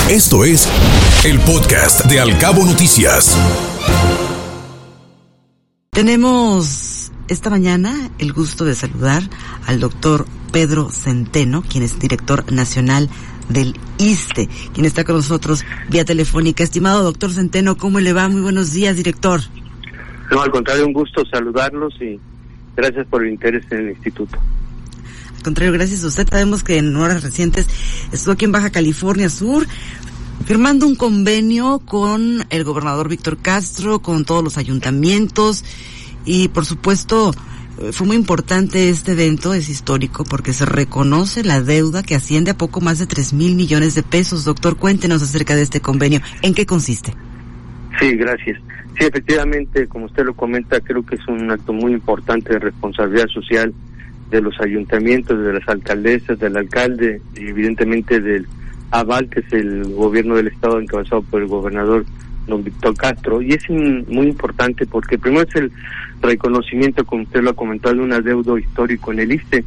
Esto es el podcast de Al Cabo Noticias. Tenemos esta mañana el gusto de saludar al doctor Pedro Centeno, quien es director nacional del ISSSTE, quien está con nosotros vía telefónica. Estimado doctor Centeno, ¿cómo le va? Muy buenos días, director. No, al contrario, un gusto saludarlos y gracias por el interés en el instituto. Al contrario, gracias a usted. Sabemos que en horas recientes estuvo aquí en Baja California Sur firmando un convenio con el gobernador Víctor Castro, con todos los ayuntamientos y por supuesto fue muy importante este evento, es histórico porque se reconoce la deuda que asciende a poco más de 3,000 millones de pesos. Doctor, cuéntenos acerca de este convenio. ¿En qué consiste? Sí, gracias. Sí, efectivamente, como usted lo comenta, creo que es un acto muy importante de responsabilidad social de los ayuntamientos, de las alcaldesas, del alcalde y evidentemente del aval que es el gobierno del estado encabezado por el gobernador don Víctor Castro. Y es muy importante porque primero es el reconocimiento, como usted lo ha comentado, de un adeudo histórico en el ISSSTE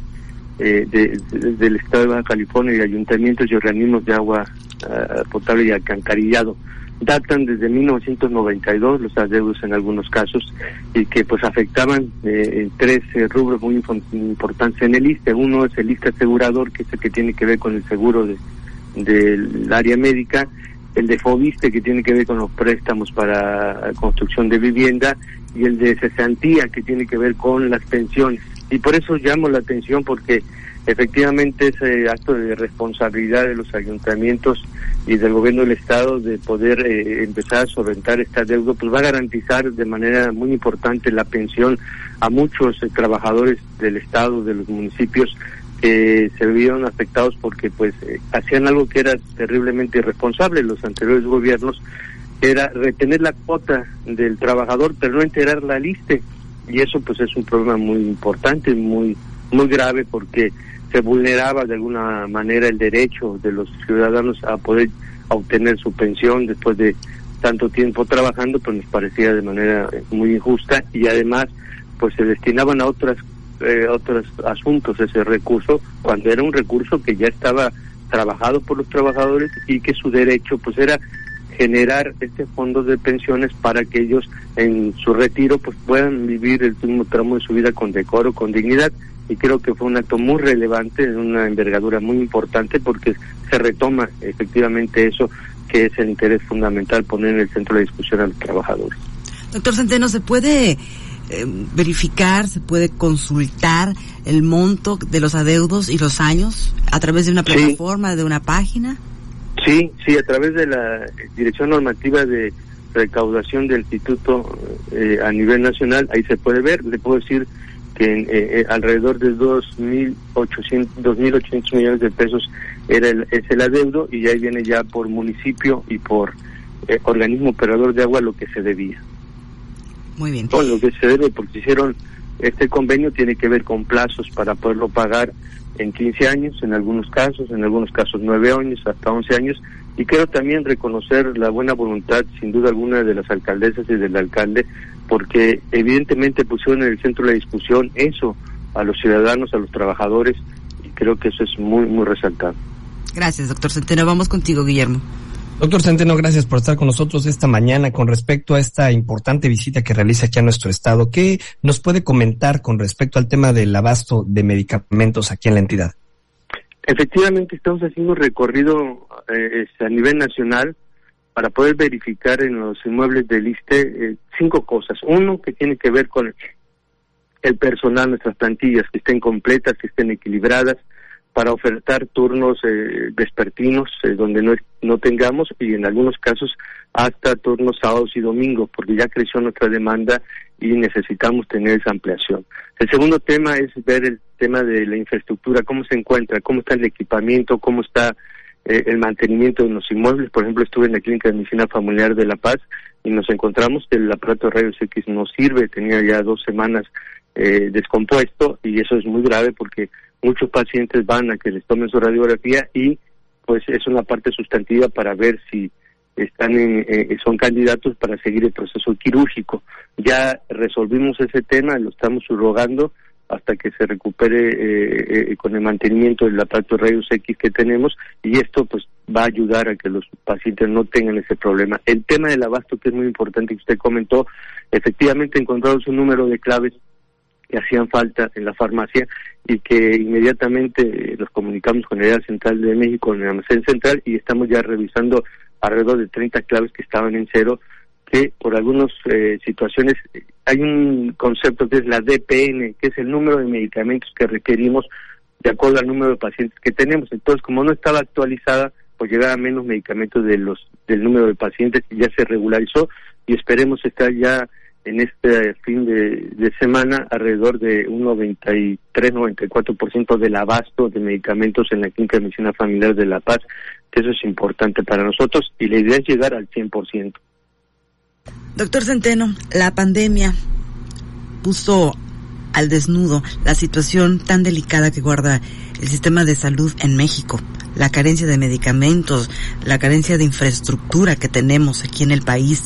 del estado de Baja California y ayuntamientos y organismos de agua potable y alcantarillado. Datan desde 1992 los adeudos en algunos casos y que pues afectaban tres rubros muy importantes en el ISSSTE. Uno es el ISSSTE asegurador, que es el que tiene que ver con el seguro del área médica, el de FOBISSTE, que tiene que ver con los préstamos para construcción de vivienda, y el de cesantía, que tiene que ver con las pensiones. Y por eso llamo la atención, porque efectivamente ese acto de responsabilidad de los ayuntamientos y del gobierno del estado de poder empezar a solventar esta deuda, pues va a garantizar de manera muy importante la pensión a muchos trabajadores del estado, de los municipios, que se vieron afectados porque pues hacían algo que era terriblemente irresponsable los anteriores gobiernos, era retener la cuota del trabajador pero no integrar la ISSSTE, y eso pues es un problema muy importante, muy grave, porque se vulneraba de alguna manera el derecho de los ciudadanos a poder obtener su pensión después de tanto tiempo trabajando, pues nos parecía de manera muy injusta, y además pues se destinaban a otros asuntos ese recurso, cuando era un recurso que ya estaba trabajado por los trabajadores y que su derecho pues era generar este fondo de pensiones para que ellos en su retiro pues puedan vivir el último tramo de su vida con decoro, con dignidad. Y creo que fue un acto muy relevante, de una envergadura muy importante, porque se retoma efectivamente eso que es el interés fundamental, poner en el centro de la discusión a los trabajadores. Doctor Centeno, ¿se puede verificar, se puede consultar el monto de los adeudos y los años a través de una plataforma, de una página? Sí, a través de la Dirección Normativa de Recaudación del Instituto a nivel nacional, ahí se puede ver. Le puedo decir que alrededor de 2.800 millones de pesos es el adeudo, y ahí viene ya por municipio y por organismo operador de agua lo que se debía. Muy bien. Todo lo que se debe, porque hicieron este convenio, tiene que ver con plazos para poderlo pagar en 15 años, en algunos casos 9 años, hasta 11 años, y quiero también reconocer la buena voluntad, sin duda alguna, de las alcaldesas y del alcalde, porque evidentemente pusieron en el centro de la discusión eso, a los ciudadanos, a los trabajadores, y creo que eso es muy, muy resaltado. Gracias, doctor Centeno. Vamos contigo, Guillermo. Doctor Centeno, gracias por estar con nosotros esta mañana con respecto a esta importante visita que realiza aquí a nuestro estado. ¿Qué nos puede comentar con respecto al tema del abasto de medicamentos aquí en la entidad? Efectivamente, estamos haciendo un recorrido a nivel nacional para poder verificar en los inmuebles del ISSSTE 5 cosas. Uno, que tiene que ver con el personal, nuestras plantillas, que estén completas, que estén equilibradas, para ofertar turnos vespertinos donde no tengamos, y en algunos casos hasta turnos sábados y domingos, porque ya creció nuestra demanda y necesitamos tener esa ampliación. El segundo tema es ver el tema de la infraestructura, cómo se encuentra, cómo está el equipamiento, cómo está el mantenimiento de los inmuebles. Por ejemplo, estuve en la Clínica de Medicina Familiar de La Paz y nos encontramos que el aparato de rayos X no sirve, tenía ya 2 semanas descompuesto, y eso es muy grave porque muchos pacientes van a que les tomen su radiografía y pues es una parte sustantiva para ver si son candidatos para seguir el proceso quirúrgico. Ya resolvimos ese tema, lo estamos subrogando hasta que se recupere con el mantenimiento del aparato de rayos X que tenemos, y esto pues va a ayudar a que los pacientes no tengan ese problema. El tema del abasto, que es muy importante, que usted comentó, efectivamente encontramos un número de claves que hacían falta en la farmacia y que inmediatamente los comunicamos con el área central de México, en el almacén central, y estamos ya revisando alrededor de 30 claves que estaban en cero, que por algunas situaciones hay un concepto que es la DPN, que es el número de medicamentos que requerimos de acuerdo al número de pacientes que tenemos. Entonces, como no estaba actualizada, pues llegaban menos medicamentos del número de pacientes, y ya se regularizó, y esperemos estar ya en este fin de semana alrededor de un 93-94% del abasto de medicamentos en la Clínica de Medicina Familiar de La Paz, que eso es importante para nosotros, y la idea es llegar al 100%. Doctor Centeno, la pandemia puso al desnudo la situación tan delicada que guarda el sistema de salud en México, la carencia de medicamentos, la carencia de infraestructura que tenemos aquí en el país.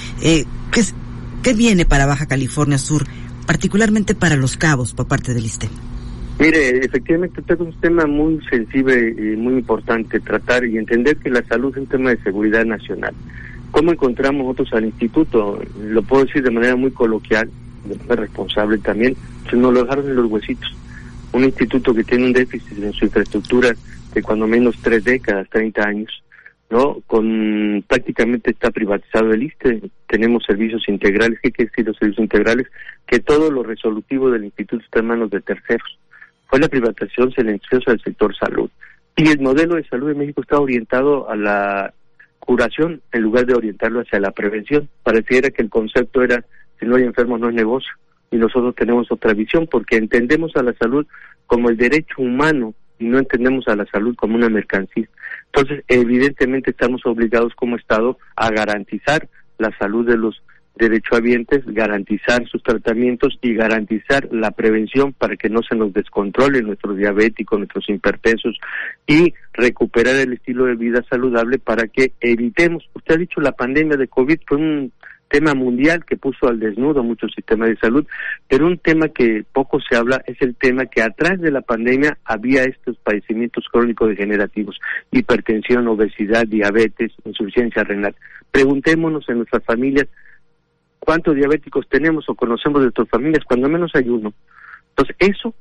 ¿Qué viene para Baja California Sur, particularmente para Los Cabos, por parte del ISSSTE? Mire, efectivamente, este es un tema muy sensible y muy importante tratar y entender que la salud es un tema de seguridad nacional. ¿Cómo encontramos nosotros al instituto? Lo puedo decir de manera muy coloquial, de manera responsable también, se nos lo dejaron en los huesitos. Un instituto que tiene un déficit en su infraestructura de cuando menos 3 décadas, 30 años, ¿no? Prácticamente está privatizado el ISSSTE, tenemos servicios integrales. ¿Qué quiere decir los servicios integrales? Que todo lo resolutivo del instituto está en manos de terceros. Fue la privatización silenciosa del sector salud. Y el modelo de salud de México está orientado a la curación en lugar de orientarlo hacia la prevención. Pareciera que el concepto era, si no hay enfermos no es negocio, y nosotros tenemos otra visión, porque entendemos a la salud como el derecho humano y no entendemos a la salud como una mercancía. Entonces, evidentemente estamos obligados como Estado a garantizar la salud de los derechohabientes, garantizar sus tratamientos y garantizar la prevención para que no se nos descontrole nuestros diabéticos, nuestros hipertensos, y recuperar el estilo de vida saludable para que evitemos. Usted ha dicho, la pandemia de COVID fue un tema mundial que puso al desnudo muchos sistemas de salud, pero un tema que poco se habla es el tema que atrás de la pandemia había estos padecimientos crónicos degenerativos: hipertensión, obesidad, diabetes, insuficiencia renal. Preguntémonos en nuestras familias cuántos diabéticos tenemos o conocemos de nuestras familias, cuando menos hay uno. Entonces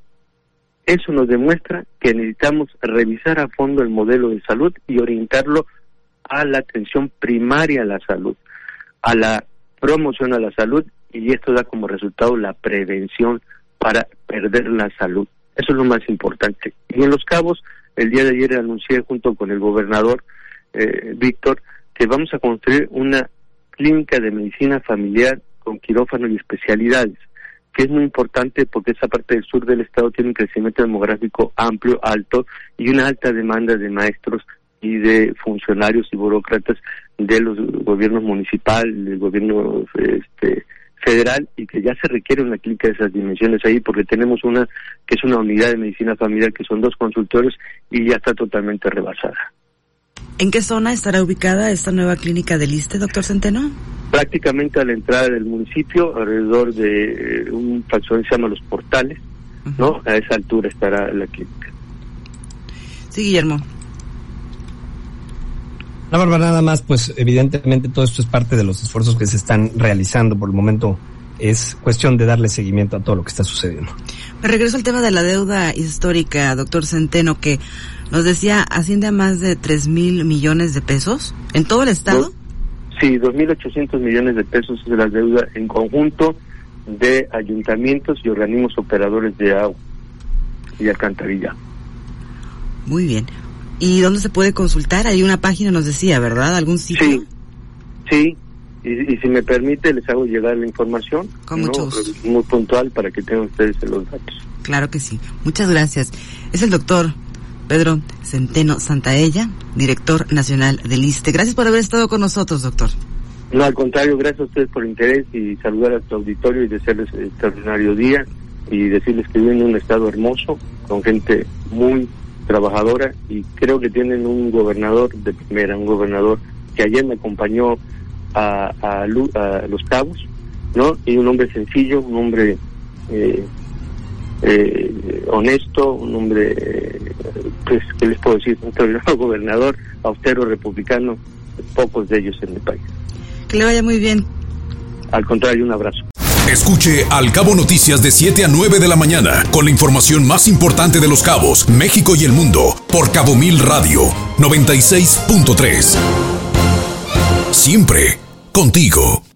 eso nos demuestra que necesitamos revisar a fondo el modelo de salud y orientarlo a la atención primaria a la salud, a la promoción a la salud, y esto da como resultado la prevención para perder la salud. Eso es lo más importante. Y en Los Cabos, el día de ayer anuncié junto con el gobernador Víctor que vamos a construir una clínica de medicina familiar con quirófano y especialidades, que es muy importante porque esa parte del sur del estado tiene un crecimiento demográfico amplio, alto, y una alta demanda de maestros y de funcionarios y burócratas de los gobiernos municipal, del gobierno federal, y que ya se requiere una clínica de esas dimensiones ahí, porque tenemos una que es una unidad de medicina familiar que son 2 consultorios y ya está totalmente rebasada. ¿En qué zona estará ubicada esta nueva clínica del ISSSTE, doctor Centeno? Prácticamente a la entrada del municipio, alrededor de un fracción que se llama Los Portales, ¿no? A esa altura estará la clínica. Sí, Guillermo. La Bárbara, nada más, pues evidentemente todo esto es parte de los esfuerzos que se están realizando. Por el momento es cuestión de darle seguimiento a todo lo que está sucediendo. Me regreso al tema de la deuda histórica, doctor Centeno, que nos decía asciende a más de 3,000 millones de pesos en todo el estado. Sí, 2,800 millones de pesos es la deuda en conjunto de ayuntamientos y organismos operadores de agua y alcantarilla. Muy bien. ¿Y dónde se puede consultar? Hay una página, nos decía, ¿verdad? ¿Algún sitio? Sí. Y si me permite, les hago llegar la información. Con mucho gusto. Muy puntual para que tengan ustedes los datos. Claro que sí. Muchas gracias. Es el doctor Pedro Centeno Santaella, director nacional del ISSSTE. Gracias por haber estado con nosotros, doctor. No, al contrario, gracias a ustedes por el interés, y saludar a tu auditorio y desearles un extraordinario día y decirles que viven en un estado hermoso, con gente muy trabajadora, y creo que tienen un gobernador de primera, un gobernador que ayer me acompañó a Los Cabos, ¿no? Y un hombre sencillo, un hombre honesto, un hombre, pues, ¿qué les puedo decir? Un extraordinario gobernador, austero, republicano, pocos de ellos en el país. Que le vaya muy bien. Al contrario, un abrazo. Escuche Al Cabo Noticias de 7 a 9 de la mañana con la información más importante de Los Cabos, México y el mundo por Cabo Mil Radio 96.3. Siempre contigo.